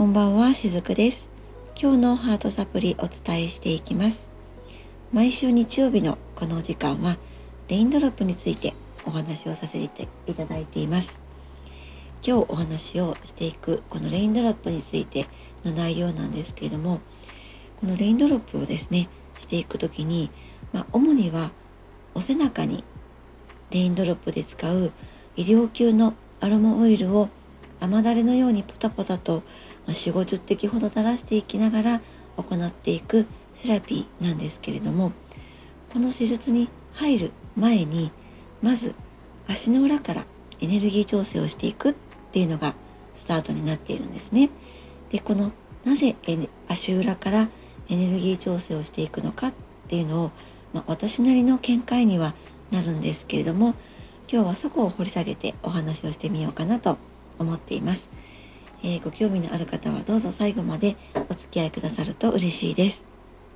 こんばんは、しずくです。今日のハートサプリお伝えしていきます。毎週日曜日のこの時間はレインドロップについてお話をさせていただいています。今日お話をしていくこのレインドロップについての内容なんですけれども、このレインドロップをですねしていくときに、主にはお背中にレインドロップで使う医療級のアロマオイルを雨だれのようにポタポタと4、50滴ほど垂らしていきながら行っていくセラピーなんですけれども、この施術に入る前にまず足の裏からエネルギー調整をしていくっていうのがスタートになっているんですね。で、このなぜ足裏からエネルギー調整をしていくのかっていうのを、私なりの見解にはなるんですけれども、今日はそこを掘り下げてお話をしてみようかなと思っています。ご興味のある方はどうぞ最後までお付き合いくださると嬉しいです。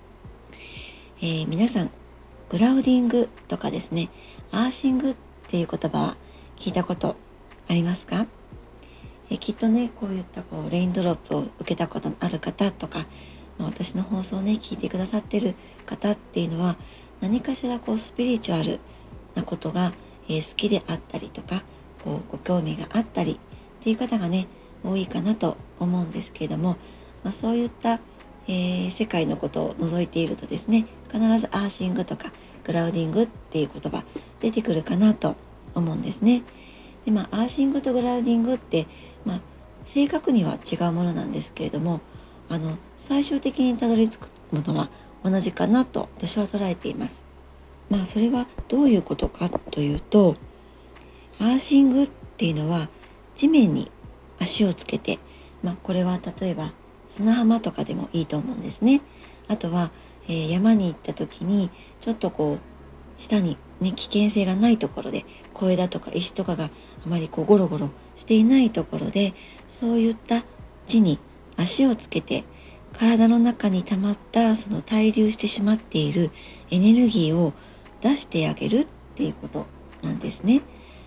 皆さんグラウディングとかですね、アーシングっていう言葉は聞いたことありますか？きっとね、こういったレインドロップを受けたことのある方とか、私の放送をね聞いてくださってる方っていうのは、何かしらスピリチュアルなことが、好きであったりとか、ご興味があったりっていう方がね多いかなと思うんですけれども、そういった、世界のことを除いているとですね、必ずアーシングとかグラウディングっていう言葉出てくるかなと思うんですね。で、アーシングとグラウディングって、正確には違うものなんですけれども、最終的にたどり着くものは同じかなと私は捉えています。それはどういうことかというと、アーシングっていうのは地面に足をつけて、これは例えば砂浜とかでもいいと思うんですね。あとは、山に行った時にちょっと下にね危険性がないところで、小枝とか石とかがあまりゴロゴロしていないところで、そういった地に足をつけて、体の中に溜まったその滞留してしまっているエネルギーを出してあげるっていうことなんですね。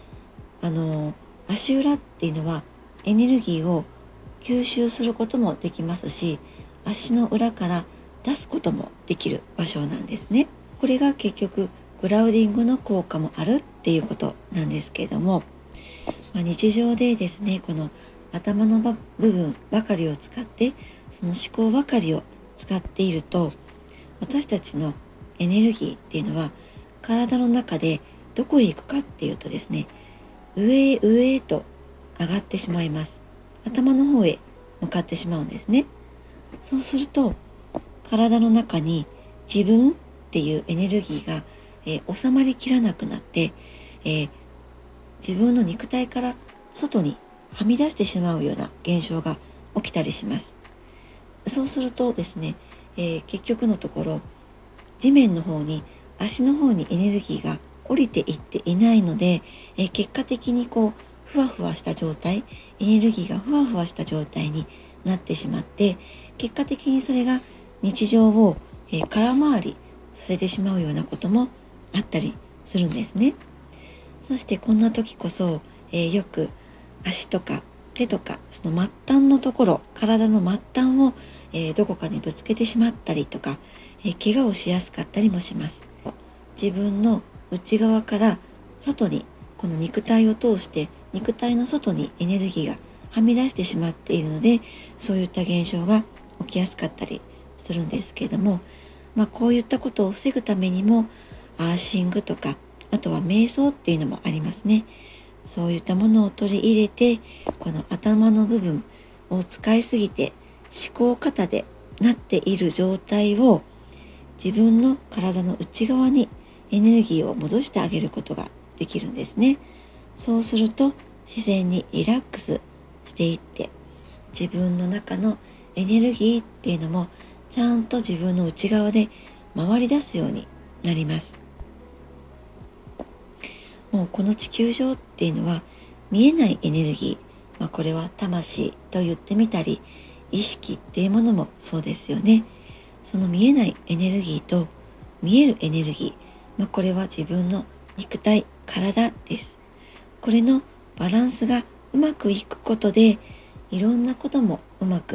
足裏っていうのはエネルギーを吸収することもできますし、足の裏から出すこともできる場所なんですね。これが結局グラウディングの効果もあるっていうことなんですけれども、日常でですね、この頭の部分ばかりを使って、その思考ばかりを使っていると、私たちのエネルギーっていうのは体の中でどこへ行くかっていうとですね、上へ上へと上がってしまいます。頭の方へ向かってしまうんですね。そうすると体の中に自分っていうエネルギーが、収まりきらなくなって、自分の肉体から外にはみ出してしまうような現象が起きたりします。そうするとですね、結局のところ地面の方に、足の方にエネルギーが降りていっていないので、結果的にふわふわした状態、エネルギーがふわふわした状態になってしまって、結果的にそれが日常を、空回りさせてしまうようなこともあったりするんですね。そしてこんな時こそ、よく足とか手とか、その末端のところ、体の末端を、どこかにぶつけてしまったりとか、怪我をしやすかったりもします。自分の内側から外に、この肉体を通して肉体の外にエネルギーがはみ出してしまっているので、そういった現象が起きやすかったりするんですけれども、こういったことを防ぐためにもアーシングとか、あとは瞑想っていうのもありますね。そういったものを取り入れて、この頭の部分を使いすぎて思考過多でなっている状態を、自分の体の内側にエネルギーを戻してあげることができるんですね。そうすると自然にリラックスしていって、自分の中のエネルギーっていうのもちゃんと自分の内側で回り出すようになります。もうこの地球上っていうのは見えないエネルギー、これは魂と言ってみたり、意識っていうものもそうですよね。その見えないエネルギーと見えるエネルギー、これは自分の肉体、体です。これのバランスがうまくいくことで、いろんなこともうまく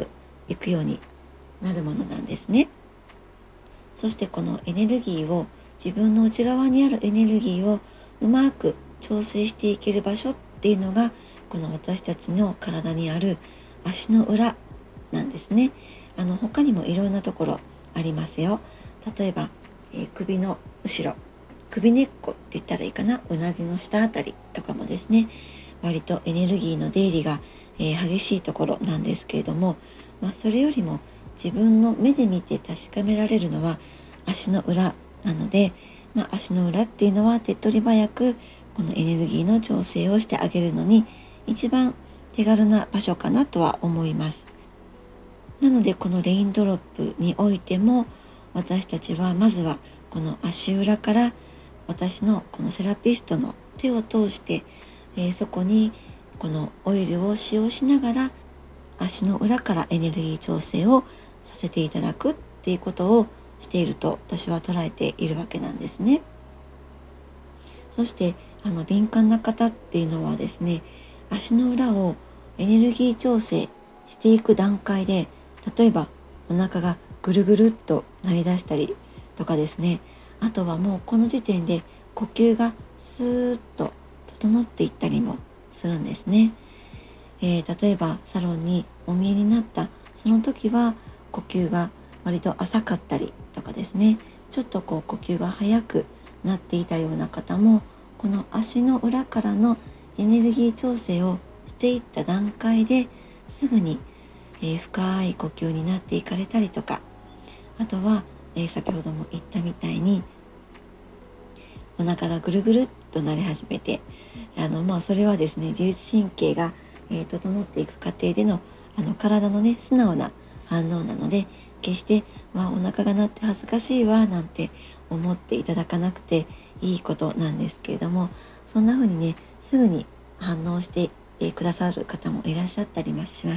いくようになるものなんですね。そしてこのエネルギーを、自分の内側にあるエネルギーをうまく調整していける場所っていうのが、この私たちの体にある足の裏なんですね。他にもいろんなところありますよ。例えば、首の後ろ、首根っこって言ったらいいかな、うなじの下あたりとかもですね、割とエネルギーの出入りが、激しいところなんですけれども、それよりも自分の目で見て確かめられるのは足の裏なので、足の裏っていうのは手っ取り早くこのエネルギーの調整をしてあげるのに一番手軽な場所かなとは思います。なのでこのレインドロップにおいても、私たちはまずはこの足裏から、私のこのセラピストの手を通して、そこにこのオイルを使用しながら足の裏からエネルギー調整をさせていただくっていうことをしていると私は捉えているわけなんですね。そして敏感な方っていうのはですね、足の裏をエネルギー調整していく段階で、例えばお腹がぐるぐるっと鳴り出したりとかですね、あとはもうこの時点で呼吸がスーッと整っていったりもするんですね。例えばサロンにお見えになったその時は呼吸が割と浅かったりとかですね、ちょっと呼吸が速くなっていたような方も、この足の裏からのエネルギー調整をしていった段階ですぐに、深い呼吸になっていかれたりとか、あとは、先ほども言ったみたいにお腹がぐるぐるっとなり始めて、それはですね、自律神経が、整っていく過程での体のね素直な反応なので、決してお腹が鳴って恥ずかしいわなんて思っていただかなくていいことなんですけれども、そんな風にねすぐに反応して、くださる方もいらっしゃったりもします。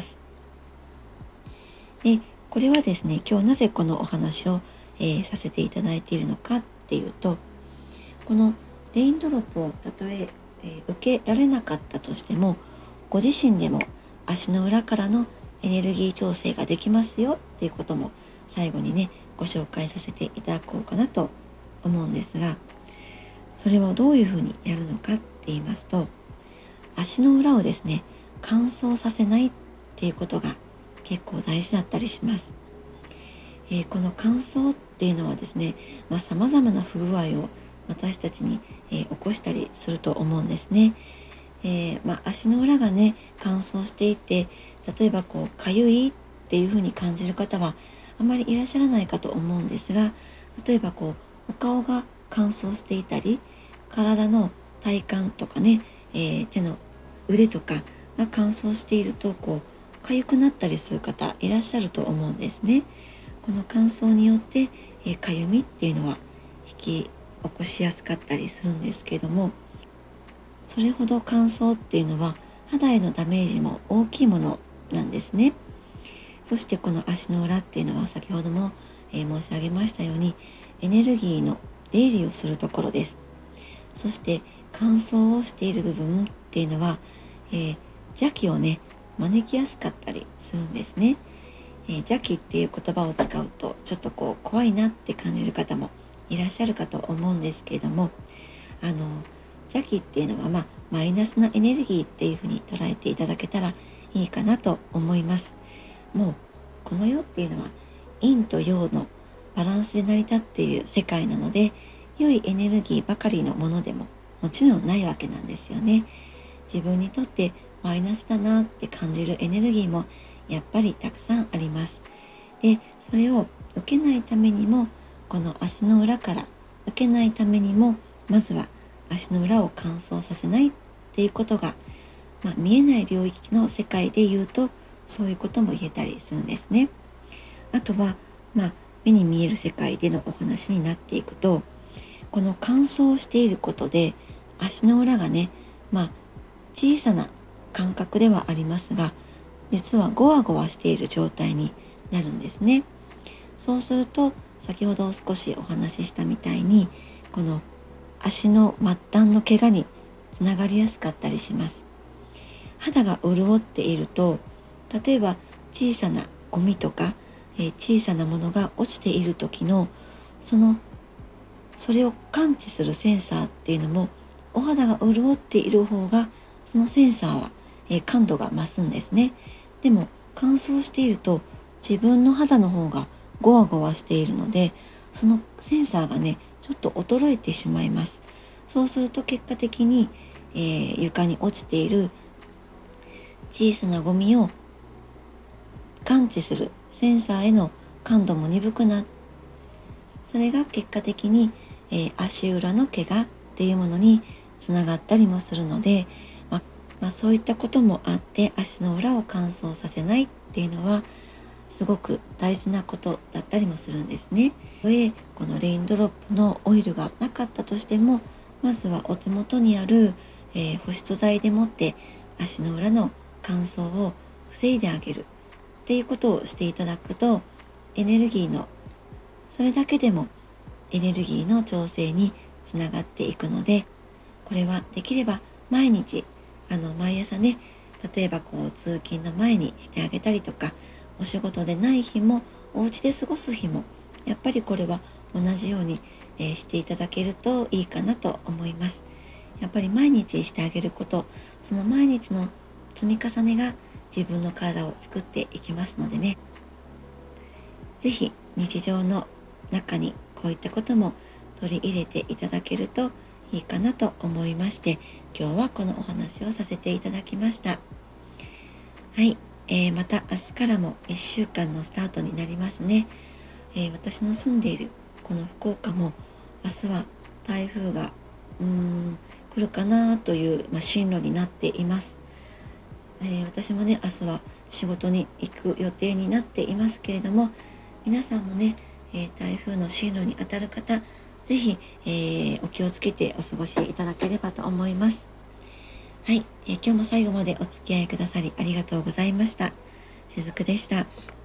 で、これはですね、今日なぜこのお話を、させていただいているのかっていうと、このレインドロップをたとえ受けられなかったとしても、ご自身でも足の裏からのエネルギー調整ができますよっていうことも最後にねご紹介させていただこうかなと思うんですが、それをどういうふうにやるのかって言いますと、足の裏をですね乾燥させないっていうことが結構大事だったりします。この乾燥っていうのはですね、様々な不具合を私たちに、起こしたりすると思うんですね。足の裏がね乾燥していて、例えばかゆいっていう風に感じる方はあまりいらっしゃらないかと思うんですが、例えばお顔が乾燥していたり、体の体幹とかね、手の腕とかが乾燥していると痒くなったりする方いらっしゃると思うんですね。この乾燥によって、かゆみっていうのは引き起こしやすかったりするんですけれども、それほど乾燥っていうのは肌へのダメージも大きいものなんですね。そしてこの足の裏っていうのは先ほども、申し上げましたようにエネルギーの出入りをするところです。そして乾燥をしている部分っていうのは、邪気をね招きやすかったりするんですね。邪気っていう言葉を使うとちょっと怖いなって感じる方もいらっしゃるかと思うんですけれども、邪気っていうのはマイナスなエネルギーっていうふうに捉えていただけたらいいかなと思います。もうこの世っていうのは陰と陽のバランスで成り立っている世界なので、良いエネルギーばかりのものでももちろんないわけなんですよね。自分にとってマイナスだなって感じるエネルギーもやっぱりたくさんあります。で、それを受けないためにも、この足の裏から受けないためにも、まずは足の裏を乾燥させないっていうことが、見えない領域の世界で言うとそういうことも言えたりするんですね。あとは、目に見える世界でのお話になっていくと、この乾燥していることで足の裏がね、小さな感覚ではありますが、実はゴワゴワしている状態になるんですね。そうすると先ほど少しお話ししたみたいに、この足の末端の怪我につながりやすかったりします。肌が潤っていると、例えば小さなゴミとか、小さなものが落ちている時のそれを感知するセンサーっていうのも、お肌が潤っている方がそのセンサーは、感度が増すんですね。でも乾燥していると自分の肌の方がゴワゴワしているので、そのセンサーがねちょっと衰えてしまいます。そうすると結果的に、床に落ちている小さなゴミを感知するセンサーへの感度も鈍くなって、それが結果的に、足裏の怪我っていうものにつながったりもするので、そういったこともあって、足の裏を乾燥させないっていうのはすごく大事なことだったりもするんですね。このレインドロップのオイルがなかったとしても、まずはお手元にある、保湿剤でもって足の裏の乾燥を防いであげるっていうことをしていただくと、それだけでもエネルギーの調整につながっていくので、これはできれば毎日毎朝ね、例えば通勤の前にしてあげたりとか、お仕事でない日もお家で過ごす日もやっぱりこれは同じように、していただけるといいかなと思います。やっぱり毎日してあげること、その毎日の積み重ねが自分の体を作っていきますのでね、ぜひ日常の中にこういったことも取り入れていただけるといいかなと思いまして、今日はこのお話をさせていただきました。はい、また明日からも1週間のスタートになりますね。私の住んでいるこの福岡も明日は台風が来るかなという、進路になっています。私もね明日は仕事に行く予定になっていますけれども、皆さんもね、台風の進路にあたる方、ぜひ、お気をつけてお過ごしいただければと思います。はい、今日も最後までお付き合いくださりありがとうございました。しずくでした。